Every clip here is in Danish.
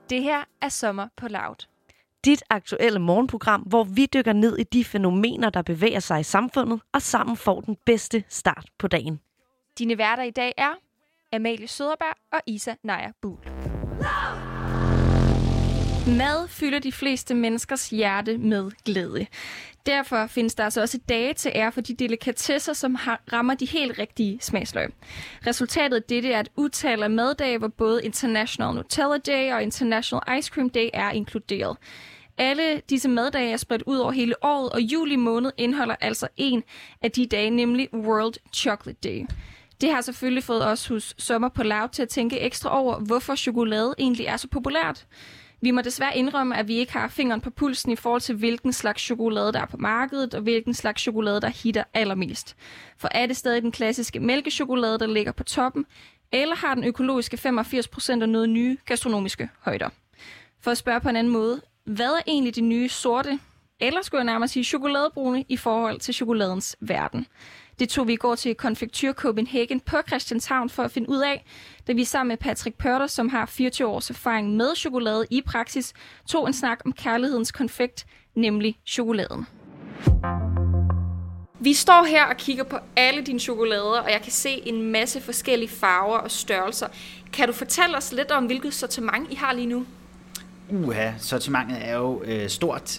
Det her er Sommer på Loud. Dit aktuelle morgenprogram, hvor vi dykker ned i de fænomener, der bevæger sig i samfundet, og sammen får den bedste start på dagen. Dine værter i dag er Amalie Søderberg og Isa Naja Buhl. Mad fylder de fleste menneskers hjerte med glæde. Derfor findes der altså også dage til ære for de delikatesser, som rammer de helt rigtige smagsløg. Resultatet af dette er et utal af maddage, hvor både International Nutella Day og International Ice Cream Day er inkluderet. Alle disse maddage er spredt ud over hele året, og juli måned indeholder altså en af de dage, nemlig World Chocolate Day. Det har selvfølgelig fået os hos Sommer på Loud til at tænke ekstra over, hvorfor chokolade egentlig er så populært. Vi må desværre indrømme, at vi ikke har fingeren på pulsen i forhold til, hvilken slags chokolade, der er på markedet, og hvilken slags chokolade, der hitter allermest. For er det stadig den klassiske mælkechokolade, der ligger på toppen, eller har den økologiske 85% af noget nye gastronomiske højder? For at spørge på en anden måde, hvad er egentlig det nye sorte, eller skulle jeg nærmere sige chokoladebrune, i forhold til chokoladens verden? Det tog vi i går til Konfektur Copenhagen på Christianshavn for at finde ud af, da vi sammen med Patrick Pørter, som har 24 års erfaring med chokolade i praksis, tog en snak om kærlighedens konfekt, nemlig chokoladen. Vi står her og kigger på alle dine chokolader, og jeg kan se en masse forskellige farver og størrelser. Kan du fortælle os lidt om, hvilket sortiment I har lige nu? Sortimentet er jo stort.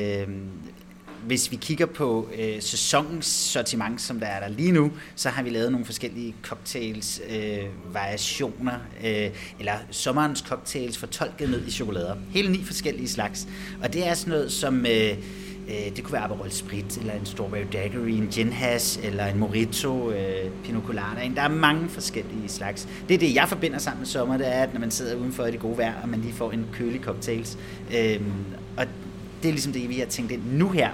Hvis vi kigger på sæsonens sortiment, som der er der lige nu, så har vi lavet nogle forskellige cocktails, variationer, eller sommerens cocktails fortolket ned i chokolader. Hele 9 forskellige slags. Og det er sådan noget som, det kunne være Aperol Spritz, eller en Strawberry Daiquiri, en Gin Hash, eller en Mojito, Pina Colada. Der er mange forskellige slags. Det er det, jeg forbinder sammen med sommer, det er, at når man sidder udenfor i det gode vejr, og man lige får en kølig cocktails. Og det er ligesom det, vi har tænkt ind nu her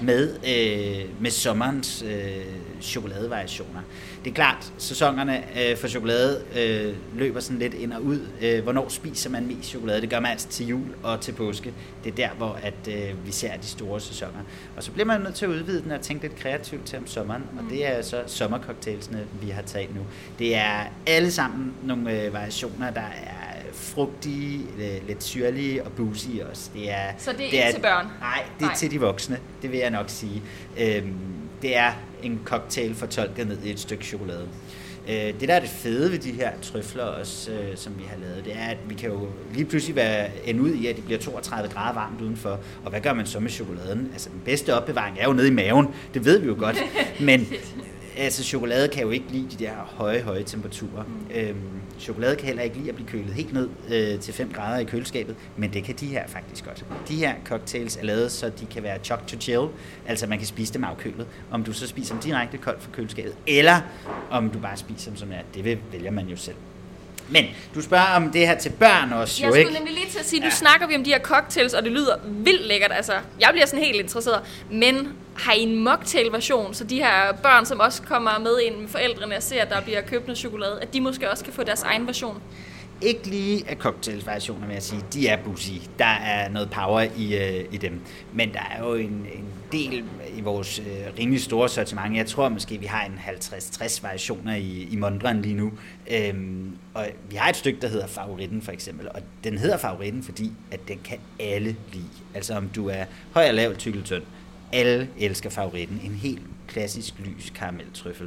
med sommerens chokoladevariationer. Det er klart, sæsonerne for chokolade løber sådan lidt ind og ud. Hvornår spiser man mest chokolade? Det gør man altså til jul og til påske. Det er der, hvor vi ser de store sæsoner. Og så bliver man nødt til at udvide den og tænke lidt kreativt til om sommeren. Og det er så sommercocktailsene, vi har taget nu. Det er alle sammen nogle variationer, der er frugtige, lidt syrlige og boozy også. Så det er ikke til børn? Nej, det er til de voksne, det vil jeg nok sige. Det er en cocktail fortolket ned i et stykke chokolade. Det, der er det fede ved de her trøfler også, som vi har lavet, det er, at vi kan jo lige pludselig ende ud i, at det bliver 32 grader varmt udenfor. Og hvad gør man så med chokoladen? Altså, den bedste opbevaring er jo nede i maven. Det ved vi jo godt. Men altså, chokolade kan jo ikke lide de der høje temperaturer. Chokolade kan heller ikke lide at blive kølet helt ned til 5 grader i køleskabet, men det kan de her faktisk godt. De her cocktails er lavet, så de kan være chock to chill, altså man kan spise dem afkølet. Om du så spiser dem direkte koldt fra køleskabet, eller om du bare spiser dem som er, det vælger man jo selv. Men du spørger om det her til børn også, jo ikke? Jeg skulle nemlig lige til at sige, nu snakker vi om de her cocktails, og det lyder vildt lækkert. Altså, jeg bliver sådan helt interesseret. Men har I en mocktail-version, så de her børn, som også kommer med ind med forældrene og ser, at der bliver købt noget chokolade, at de måske også kan få deres egen version? Ikke lige af cocktails-variationer, vil jeg sige. De er boozy. Der er noget power i dem. Men der er jo en del i vores rimelig store sortiment. Jeg tror måske, vi har en 50-60 variationer i Mondrian lige nu. Og vi har et stykke, der hedder Favoritten for eksempel. Og den hedder Favoritten, fordi at den kan alle lide. Altså om du er høj og lav, tyk eller tynd. Alle elsker Favoritten. En helt klassisk lys karameltrøffel.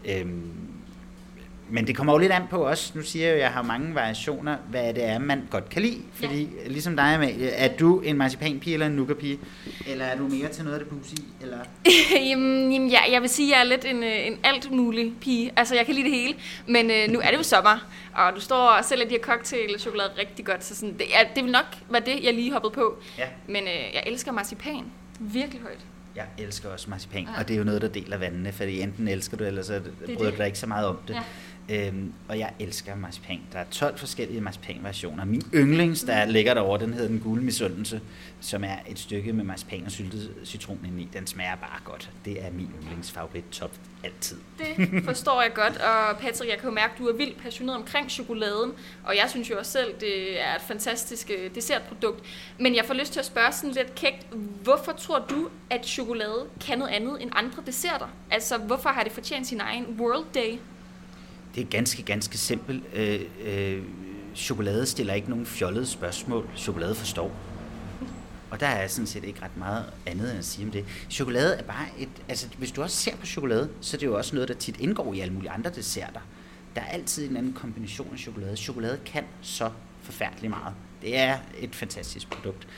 Men det kommer jo lidt an på os. Nu siger jeg jo, at jeg har mange variationer, hvad det er, man godt kan lide. Fordi ligesom dig, Amalie, er du en marcipanpige eller en nougatpige? Eller er du mere til noget af det boozy? Eller? Jamen, jeg vil sige, at jeg er lidt en alt mulig pige. Altså, jeg kan lide det hele. Men nu er det jo sommer, og du står og sælger de her cocktail-chokolade rigtig godt. Så sådan, det vil nok være det, jeg lige hoppede på. Ja. Men jeg elsker marcipan. Virkelig højt. Jeg elsker også marcipan, og det er jo noget, der deler vandene, fordi enten elsker du, eller så bryder du dig ikke så meget om det. Ja. Og jeg elsker marcipan. Der er 12 forskellige marcipanversioner. Min yndlings, der ligger derovre, den hedder den gule misundelse, som er et stykke med marcipan og syltet citron indeni. Den smager bare godt. Det er min yndlingsfavorit top altid. Det forstår jeg godt, og Patrick, jeg kan jo mærke, at du er vildt passioneret omkring chokoladen, og jeg synes jo også selv, det er et fantastisk dessertprodukt. Men jeg får lyst til at spørge sådan lidt kægt, hvorfor tror du, at chokolade kan noget andet end andre desserter? Altså, hvorfor har det fortjent sin egen World Day? Det er ganske simpelt. chokolade stiller ikke nogen fjollede spørgsmål. Chokolade forstår. Og der er sådan set ikke ret meget andet end at sige om det. Chokolade er bare altså hvis du også ser på chokolade, så er det jo også noget, der tit indgår i alle mulige andre desserter. Der er altid en anden kombination af chokolade. Chokolade kan så forfærdeligt meget. Det er et fantastisk produkt.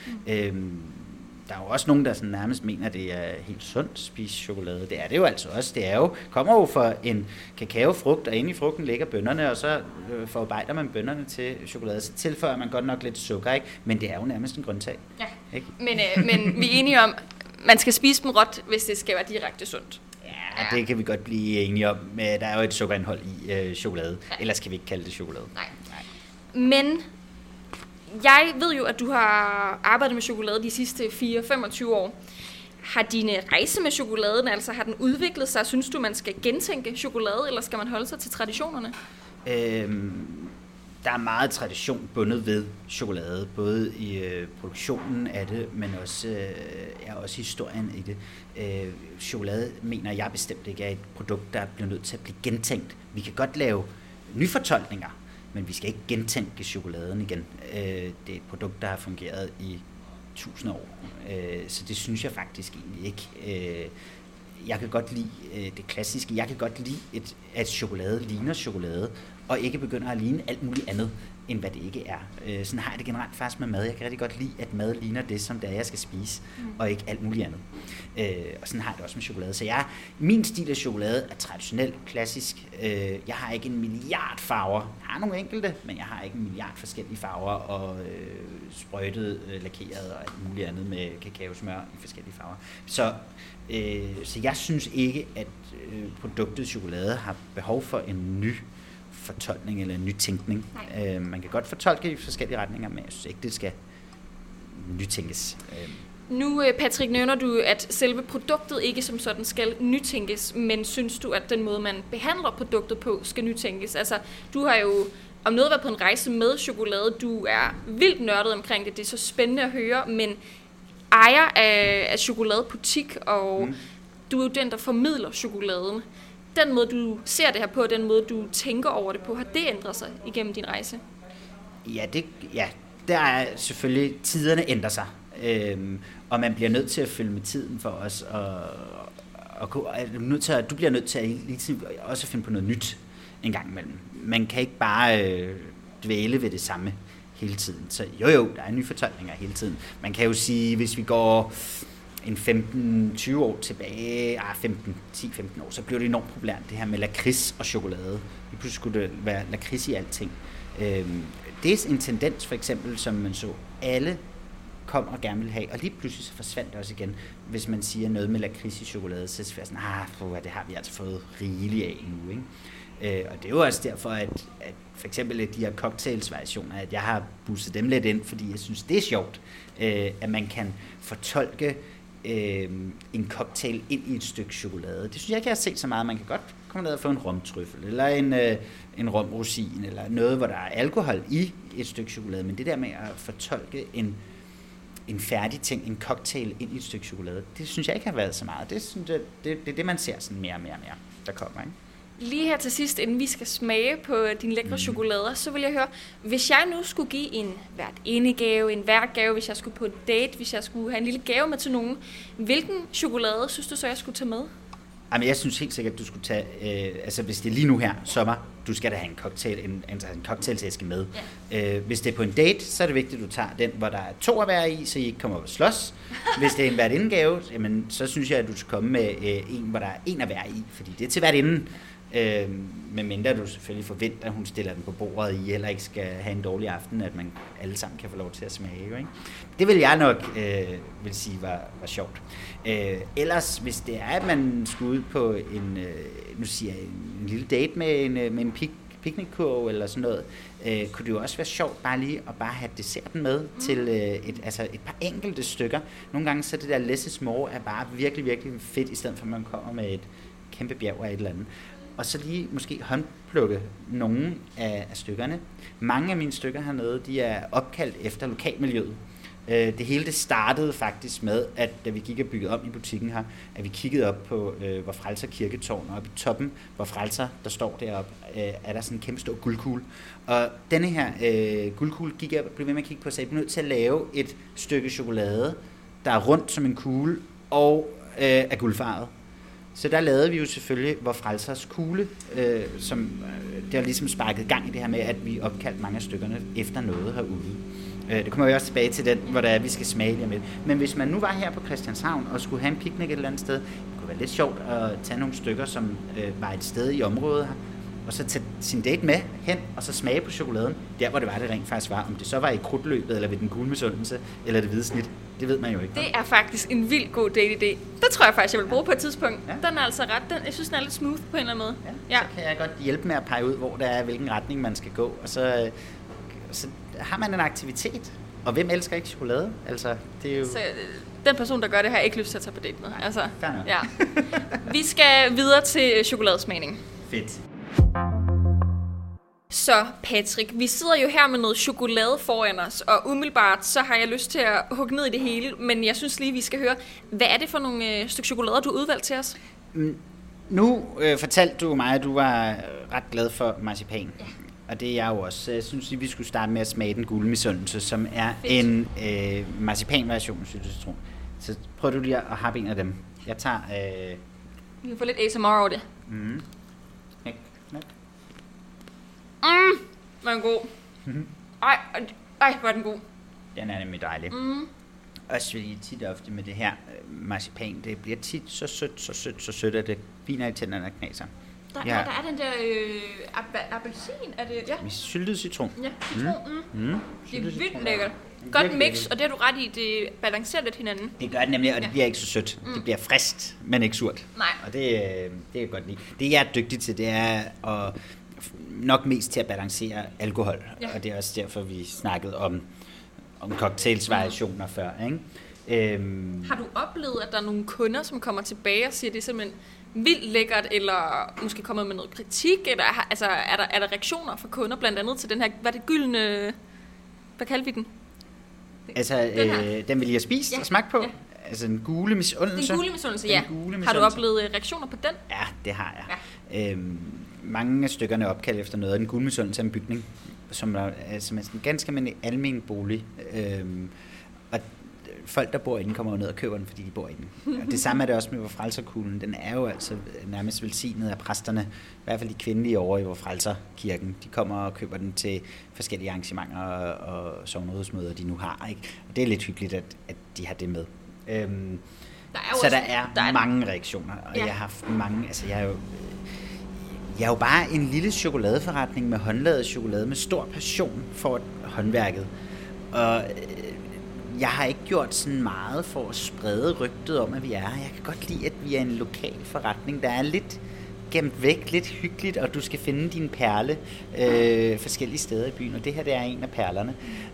Der er jo også nogen, der sådan nærmest mener, at det er helt sundt at spise chokolade. Det er det jo altså også. Det er jo, kommer jo fra en kakaofrugt, og inde i frugten ligger bønnerne, og så forarbejder man bønnerne til chokolade. Så tilføjer man godt nok lidt sukker, ikke? Men det er jo nærmest en grøntsag. Ja. Ikke? Men vi er enige om, man skal spise dem råt, hvis det skal være direkte sundt. Ja, det kan vi godt blive enige om. Der er jo et sukkerindhold i chokolade. Ja. Ellers kan vi ikke kalde det chokolade. Nej. Men jeg ved jo, at du har arbejdet med chokolade de sidste 4-25 år. Har dine rejse med chokoladen, altså har den udviklet sig? Synes du, man skal gentænke chokolade, eller skal man holde sig til traditionerne? Der er meget tradition bundet ved chokolade, både i produktionen af det, men også historien i det. Chokolade mener jeg bestemt ikke er et produkt, der bliver nødt til at blive gentænkt. Vi kan godt lave nyfortolkninger, men vi skal ikke gentænke chokoladen igen. Det er et produkt, der har fungeret i 1000 år, så det synes jeg faktisk egentlig ikke. Jeg kan godt lide det klassiske. Jeg kan godt lide, at chokolade ligner chokolade, og ikke begynder at ligne alt muligt andet, end hvad det ikke er. Sådan har jeg det generelt faktisk med mad. Jeg kan rigtig godt lide, at mad ligner det, som det er, jeg skal spise, og ikke alt muligt andet. Og sådan har jeg det også med chokolade. Så min stil af chokolade er traditionelt, klassisk. Jeg har ikke en milliard farver. Jeg har nogle enkelte, men jeg har ikke en milliard forskellige farver, og sprøjtet, lakeret og alt muligt andet med kakaosmør i forskellige farver. Så jeg synes ikke, at produktet chokolade har behov for en ny fortolkning eller en ny tænkning. Man kan godt fortolke i forskellige retninger, men jeg synes ikke, det skal nytænkes. Nu, Patrick, nævner du, at selve produktet ikke som sådan skal nytænkes, men synes du, at den måde, man behandler produktet på, skal nytænkes? Altså, du har jo om noget været på en rejse med chokolade. Du er vildt nørdet omkring det. Det er så spændende at høre, men ejer af chokoladebutik, og du er jo den, der formidler chokoladen. Den måde, du ser det her på, den måde, du tænker over det på, har det ændret sig igennem din rejse? Ja, der er selvfølgelig, tiderne ændrer sig, og man bliver nødt til at følge med tiden for os, du bliver nødt til at lige tiden også finde på noget nyt en gang imellem. Man kan ikke bare dvæle ved det samme hele tiden. Så jo, der er nye fortolkninger hele tiden. Man kan jo sige, hvis vi går en 15-20 år tilbage, 10-15 år, så blev det enormt populært, det her med lakrids og chokolade. Lige pludselig skulle det være lakrids i alting. Det er en tendens, for eksempel, som man så alle kom og gerne ville have, og lige pludselig så forsvandt det også igen. Hvis man siger noget med lakrids i chokolade, så er det sådan, det har vi altså fået rigeligt af nu, ikke? Og det er jo også derfor, at for eksempel de her cocktails-variationer, at jeg har boostet dem lidt ind, fordi jeg synes, det er sjovt, at man kan fortolke en cocktail ind i et stykke chokolade. Det synes jeg ikke, jeg har set så meget. Man kan godt komme ned og få en romtrøffel, eller en romrosin, eller noget, hvor der er alkohol i et stykke chokolade, men det der med at fortolke en færdig ting, en cocktail ind i et stykke chokolade, det synes jeg ikke har været så meget. Det er det, man ser sådan mere og mere, der kommer, ikke? Lige her til sidst, inden vi skal smage på dine lækre chokolader, så vil jeg høre, hvis jeg nu skulle give en værtindegave, en værtgave, hvis jeg skulle på en date, hvis jeg skulle have en lille gave med til nogen, hvilken chokolade synes du så, jeg skulle tage med? Jamen, jeg synes helt sikkert, at du skulle tage, hvis det er lige nu her, sommer, du skal da have en cocktailsæske med. Ja. Hvis det er på en date, så er det vigtigt, at du tager den, hvor der er 2 at være i, så I ikke kommer op og slås. Hvis det er en værtindegave, jamen, så synes jeg, at du skal komme med en, hvor der er 1 at være i, fordi det er til værtinden. Medmindre du selvfølgelig forventer, at hun stiller den på bordet, I heller ikke skal have en dårlig aften, at man alle sammen kan få lov til at smage. Ikke? Det vil jeg nok vil sige var sjovt. Ellers, hvis det er, at man skulle ud på en lille date med en picnickurv eller sådan noget, kunne det jo også være sjovt bare lige at have desserten med til et par enkelte stykker. Nogle gange så det der less is more er bare virkelig, virkelig fedt, i stedet for at man kommer med et kæmpe bjerg af et eller andet. Og så lige måske håndplukke nogle af stykkerne. Mange af mine stykker hernede, de er opkaldt efter lokalmiljøet. Det hele det startede faktisk med, at da vi gik og byggede om i butikken her, at vi kiggede op på Vor Frelser Kirketårn, og oppe i toppen, hvor Frelser, der står deroppe, er der sådan en kæmpe stor guldkugle. Og denne her guldkugle blev ved med at kigge på, så jeg blev nødt til at lave et stykke chokolade, der er rundt som en kugle, og er guldfarvet. Så der lavede vi jo selvfølgelig Vor Frelsers kugle, som det har ligesom sparket gang i det her med, at vi opkaldte mange af stykkerne efter noget herude. Det kommer vi også tilbage til den, hvor der er, vi skal smage lige med. Men hvis man nu var her på Christianshavn og skulle have en picnic et eller andet sted, det kunne være lidt sjovt at tage nogle stykker, som var et sted i området her, og så tage sin date med hen, og så smage på chokoladen, der hvor det rent faktisk var. Om det så var i krudtløbet, eller ved den gule misundelse, eller det hvide snit, det ved man jo ikke. Det er faktisk en vild god date-idé. Det tror jeg faktisk, jeg vil bruge på et tidspunkt. Ja. Den er altså jeg synes, den er lidt smooth på en eller anden måde. Ja. Så kan jeg godt hjælpe med at pege ud, hvor der er, hvilken retning man skal gå, og så har man en aktivitet. Og hvem elsker ikke chokolade? Altså, det er jo... Så den person, der gør det, har ikke lyst til at tage på date med. Altså, fair nok. Ja. Vi skal videre til chokoladesmagning. Fedt. Så Patrick, vi sidder jo her med noget chokolade foran os, og umiddelbart så har jeg lyst til at hugge ned i det hele, men jeg synes lige, vi skal høre, hvad er det for nogle stykker chokolader, du har udvalgt til os? Nu fortalte du mig, at du var ret glad for marcipan. Ja. Og det er jeg jo også. Så jeg synes, at vi skulle starte med at smage den gule misundelse, som er en marcipanversion af syltetron. Så prøv du lige at happe en af dem. Jeg tager... Vi kan få lidt ASMR over det. Var den god. Ej, var den god. Den er nemlig dejlig. Også fordi tit og ofte med det her marcipan, det bliver tit så sødt, at det viner i tænderne og knaser. Der er den der appelsin, er det? Ja. Med syltet citron. Ja, citron. Det er vildt lækkert. Godt mix, og det har du ret i, det balancerer lidt hinanden. Det gør det nemlig, og det bliver ikke så sødt. Det bliver friskt, men ikke surt. Nej. Og det er jeg godt lide. Det jeg er dygtig til, det er at nok mest til at balancere alkohol. Ja. Og det er også derfor, vi snakkede om cocktailsvariationer før. Ikke? Har du oplevet, at der er nogle kunder, som kommer tilbage og siger, at det er simpelthen vildt lækkert, eller måske kommer med noget kritik, eller er der reaktioner fra kunder, blandt andet til den her, hvad det gyldne, hvad kaldte vi den? Altså, den vil jeg spise og smage på? Ja. Altså en gule misundelse? Den gule misundelse, ja. Har du oplevet reaktioner på den? Ja, det har jeg. Ja. Mange af stykkerne er opkaldt efter noget. Den gule misundelse er en bygning, som er en ganske almen bolig. Og folk, der bor inde, kommer jo ned og køber den, fordi de bor inde. Og det samme er det også med Vor Frelserkuglen. Den er jo altså nærmest velsignet af præsterne, i hvert fald de kvindelige over i Vor Frelserkirken. De kommer og køber den til forskellige arrangementer og sognerådsmøder, de nu har. Ikke? Og det er lidt hyggeligt, at de har det med. Så der er mange reaktioner, og jeg har haft mange, altså jeg er jo bare en lille chokoladeforretning med håndlavet chokolade med stor passion for håndværket. Og jeg har ikke gjort sådan meget for at sprede rygtet om, at vi er her. Jeg kan godt lide, at vi er en lokal forretning, der er lidt gemt væk, lidt hyggeligt, og du skal finde din perle forskellige steder i byen, og det her det er en af perlerne.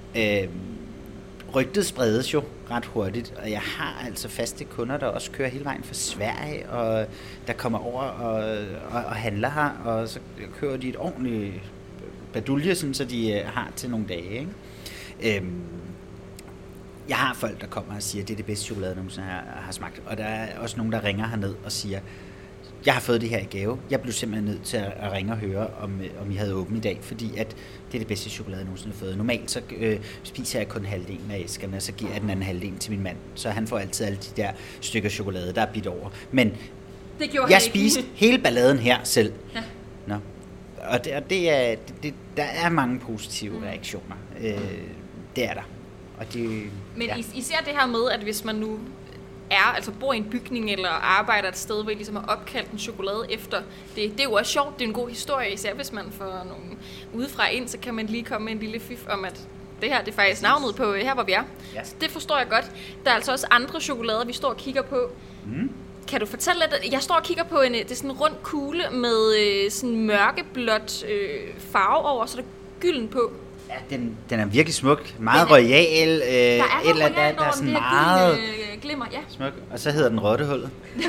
Rygtet spredes jo ret hurtigt, og jeg har altså faste kunder, der også kører hele vejen fra Sverige, og der kommer over og handler her, og så kører de et ordentligt badulje, sådan, så de har til nogle dage. Ikke? Jeg har folk, der kommer og siger, at det er det bedste chokolade, jeg har smagt, og der er også nogen, der ringer herned og siger, jeg har fået det her i gave. Jeg blev simpelthen nødt til at ringe og høre, om I havde åbent i dag, fordi at det er det bedste chokolade, jeg nogensinde har fået. Normalt så spiser jeg kun halvdelen af æskerne, og så giver jeg den anden halvdel til min mand. Så han får altid alle de der stykker chokolade, der er bidt over. Men jeg spiste hele balladen her selv. Ja. Nå. Og der er mange positive reaktioner. Det er der. Og men især det her med, at hvis man nu bor i en bygning eller arbejder et sted, hvor I ligesom har opkaldt en chokolade efter det er jo også sjovt, det er en god historie, især hvis man får nogen udefra ind, så kan man lige komme med en lille fif om, at det her det er faktisk navnet på her, hvor vi er. Ja. Så det forstår jeg godt. Der er altså også andre chokolader, vi står og kigger på. Kan du fortælle lidt? Jeg står og kigger på det er sådan en rund kugle med sådan mørkeblåt farve over, så der er gylden på. Ja, den er virkelig smuk. Meget royal. Der er sådan meget glimmer, ja. Smuk. Og så hedder den rottehullet. Det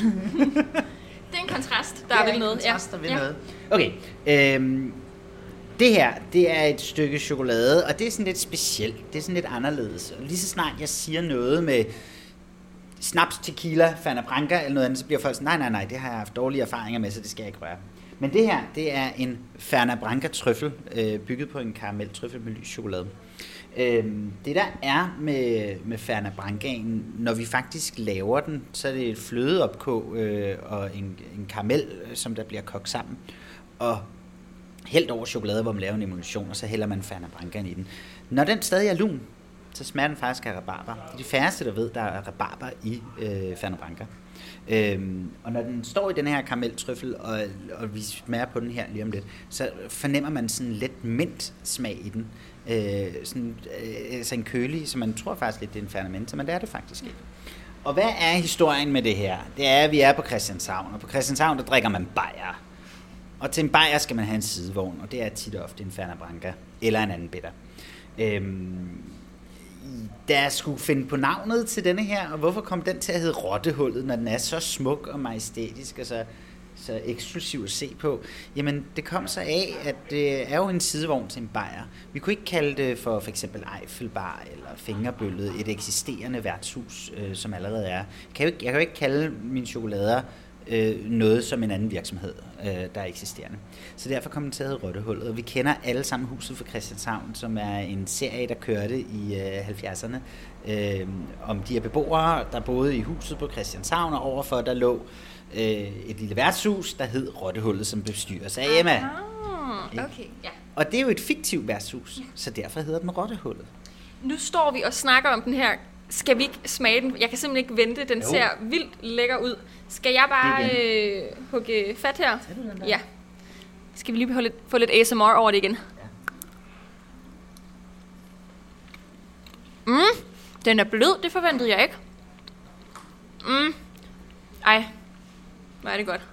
er en kontrast, der er vel noget. Okay. Det her, det er et stykke chokolade, og det er sådan lidt specielt. Det er sådan lidt anderledes. Og lige så snart jeg siger noget med snaps, tequila, Fernet Branca eller noget andet, så bliver folk sådan, nej, det har jeg haft dårlige erfaringer med, så det skal jeg ikke røre. Men det her, det er en Fernet Branca trøffel, bygget på en karamel-trøffel med lys chokolade. Det der er med Fernet Brancaen, når vi faktisk laver den, så er det et flødeopkog og en karamel, som der bliver kogt sammen. Og hældt over chokolade, hvor man laver en emulsion, og så hælder man Fernet Brancaen i den. Når den stadig er lun, så smager den faktisk af rabarber. Det er de færreste, der ved, der er rabarber i Fernet Branca. Og når den står i den her karameltrøffel, og vi smager på den her lige om lidt, så fornemmer man sådan lidt mint smag i den. Så en kølig, så man tror faktisk lidt, det er en Fernet Mentor, men det er det faktisk ikke. Og hvad er historien med det her? Det er, at vi er på Christianshavn, og på Christianshavn, der drikker man bajer. Og til en bajer skal man have en sidevogn, og det er tit og ofte en Fernet Branca, eller en anden bitter. Der skulle finde på navnet til denne her, og hvorfor kom den til at hedde Rottehullet, når den er så smuk og majestætisk og så eksklusiv at se på? Jamen, det kom så af, at det er jo en sidevogn til en bajer. Vi kunne ikke kalde det for eksempel Eiffelbar eller Fingerbøllet, et eksisterende værtshus, som allerede er. Jeg kan jo ikke kalde mine chokolader noget som en anden virksomhed, der er eksisterende. Så derfor kom den til at hedde Rottehullet. Og vi kender alle sammen Huset for Christianshavn, som er en serie, der kørte i 70'erne, om de her beboere, der boede i huset på Christianshavn, og overfor der lå et lille værtshus, der hed Rottehullet, som bestyres af Emma. Okay, ja. Og det er jo et fiktivt værtshus, så derfor hedder den Rottehullet. Nu står vi og snakker om den her. Skal vi ikke smage den? Jeg kan simpelthen ikke vente. Den ser vildt lækker ud. Skal jeg bare hugge fat her? Ja. Skal vi lige få lidt ASMR over det igen? Ja. Den er blød. Det forventede jeg ikke. Ej. Hvor er det godt.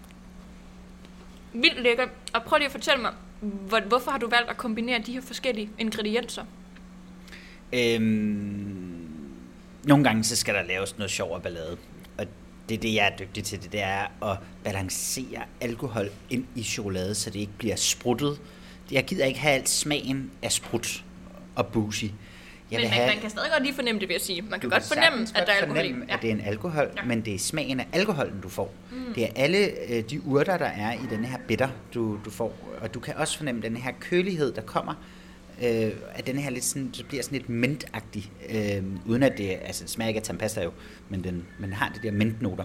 Vildt lækker. Og prøv lige at fortælle mig, hvorfor har du valgt at kombinere de her forskellige ingredienser? Nogle gange så skal der laves noget sjov og ballade, og det er det, jeg er dygtig til. Det er at balancere alkohol ind i chokolade, så det ikke bliver spruttet. Jeg gider ikke have alt smagen af sprut og boozy. Man kan stadig godt lige fornemme det, vil jeg sige. Man kan godt fornemme, at der er alkohol i. At det er en alkohol, men det er smagen af alkoholen, du får. Det er alle de urter, der er i den her bitter, du får. Og du kan også fornemme den her kølighed, der kommer. At den her lidt sådan, så bliver sådan lidt mintagtig, uden at det, altså det smager ikke af tandpasta jo, men man har det der mintnoter.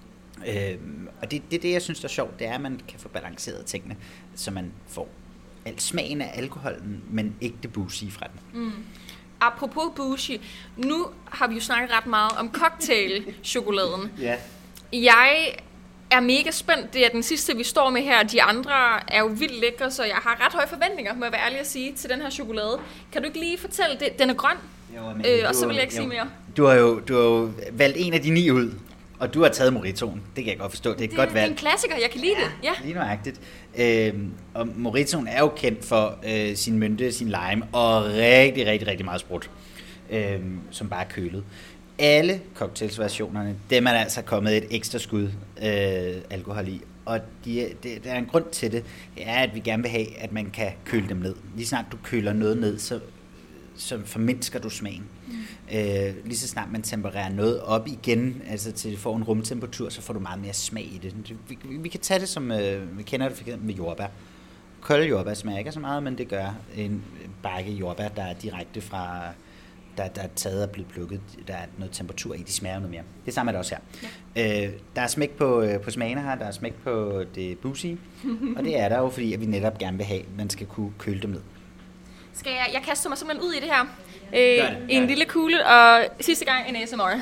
Og det, jeg synes, der er sjovt, det er, at man kan få balanceret tingene, så man får alt smagen af alkoholen, men ikke det boozy fra den. Apropos bougie, nu har vi jo snakket ret meget om cocktail-chokoladen. Ja. Jeg er mega spændt. Det er den sidste, vi står med her. De andre er jo vildt lækre, så jeg har ret høje forventninger, må jeg være ærlig at sige, til den her chokolade. Kan du ikke lige fortælle det? Den er grøn, og så vil jeg ikke sige mere. Du har jo valgt en af de 9 ud, og du har taget Moritoen. Det kan jeg godt forstå. Det er et godt valg. Det er en klassiker. Jeg kan lide det. Ja, lige nøjagtigt. Og Moritoen er jo kendt for sin mynte, sin lime og rigtig, rigtig, rigtig meget sprut, som bare er kølet. Alle cocktailsversionerne, dem er der altså kommet et ekstra skud alkohol i. Og der er en grund til det, det er, at vi gerne vil have, at man kan køle dem ned. Lige snart du køler noget ned, så formindsker du smagen. Lige så snart man tempererer noget op igen, altså til får en rumtemperatur, så får du meget mere smag i det. Vi kan tage det som, vi kender det for eksempel med jordbær. Kolde jordbær smager ikke så meget, men det gør en bakke jordbær, der er direkte fra, der er taget og blevet plukket, der er noget temperatur i, de smager noget mere. Det samme er det også her. Ja. Der er smæk på smagene her, der er smæk på det boozy, og det er der jo, fordi at vi netop gerne vil have, at man skal kunne køle dem ned. Skal jeg kaster mig simpelthen ud i det her. En lille kugle, og sidste gang en ASMR.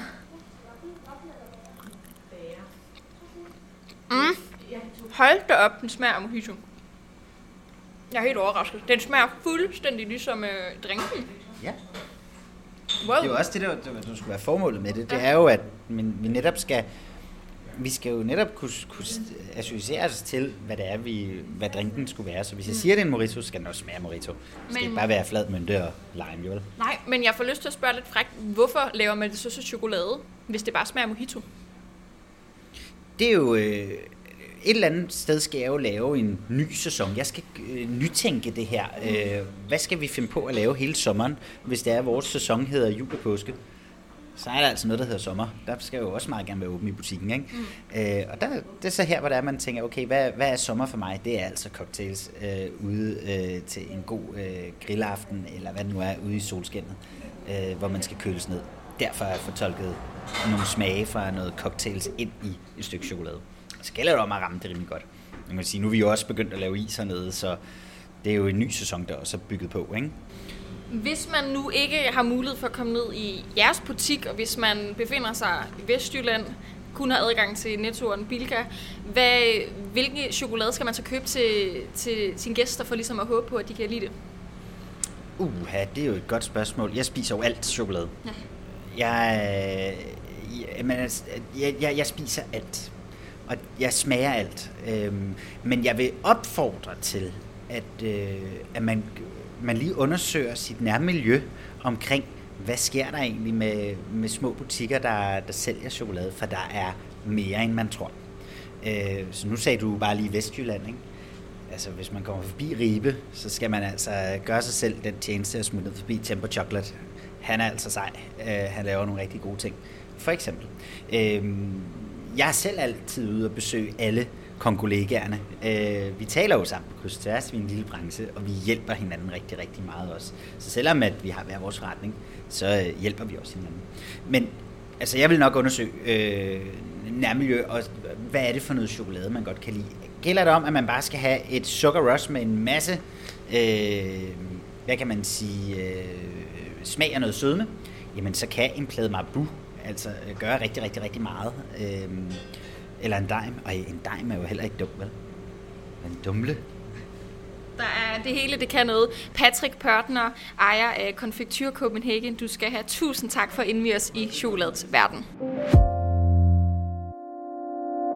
Hold da op, den smager af mojito. Jeg er helt overrasket. Den smager fuldstændig ligesom drinken. Ja. Wow. Det er jo også det, der skulle være formålet med det. Det er jo, at vi netop skal jo netop kunne associere os til, hvad det er, hvad drinken skulle være. Så hvis jeg siger, det er en mojito, skal den også smage mojito. Det skal ikke bare være flad mynte og lime, jo. Nej, men jeg får lyst til at spørge lidt frækt. Hvorfor laver man det så chokolade, hvis det bare smager mojito? Det er jo eller andet sted skal jeg jo lave en ny sæson. Jeg skal nytænke det her. Hvad skal vi finde på at lave hele sommeren, hvis det er, at vores sæson hedder jul og påske? Så er der altså noget, der hedder sommer. Der skal jo også meget gerne være åben i butikken, ikke? Og det er så her, hvor man tænker, okay, hvad er sommer for mig? Det er altså cocktails ude til en god grillaften, eller hvad det nu er, ude i solskinnet, hvor man skal køles ned. Derfor er jeg fortolket nogle smage fra noget cocktails ind i et stykke chokolade. Så gælder det om at ramme det rimelig godt. Man kan sige, nu er vi jo også begyndt at lave is hernede, så det er jo en ny sæson, der også er bygget på, ikke? Hvis man nu ikke har mulighed for at komme ned i jeres butik, og hvis man befinder sig i Vestjylland, kun har adgang til Nettoen Bilka, hvilken chokolade skal man så købe til sine gæster for ligesom at håbe på, at de kan lide det? Det er jo et godt spørgsmål. Jeg spiser jo alt chokolade. Ja. Jeg spiser alt, og jeg smager alt. Men jeg vil opfordre til, at man lige undersøger sit nærmiljø omkring, hvad sker der egentlig med små butikker, der sælger chokolade, for der er mere, end man tror. Så nu sagde du bare lige Vestjylland, ikke? Altså, hvis man kommer forbi Ribe, så skal man altså gøre sig selv den tjeneste at smutte ned forbi Tempo Chocolate. Han er altså sej. Han laver nogle rigtig gode ting. For eksempel. Jeg er selv altid ude og besøge alle konkollegaerne. Vi taler jo sammen på kryds og tværs, vi er en lille branche, og vi hjælper hinanden rigtig, rigtig meget også. Så selvom at vi har hver vores forretning, så hjælper vi også hinanden. Men altså, jeg vil nok undersøge nærmiljø, og hvad er det for noget chokolade, man godt kan lide. Gælder det om, at man bare skal have et sugar rush med en masse, hvad kan man sige, smag af noget sødme, jamen så kan en plade Marabou altså gøre rigtig, rigtig, rigtig meget. Eller en dime. Og en dime er jo heller ikke dum, vel? Men dumle. Der er det hele, det kan noget. Patrick Pørtner, ejer af Konfektur Copenhagen. Du skal have 1000 tak for at indvie os i chokoladets verden.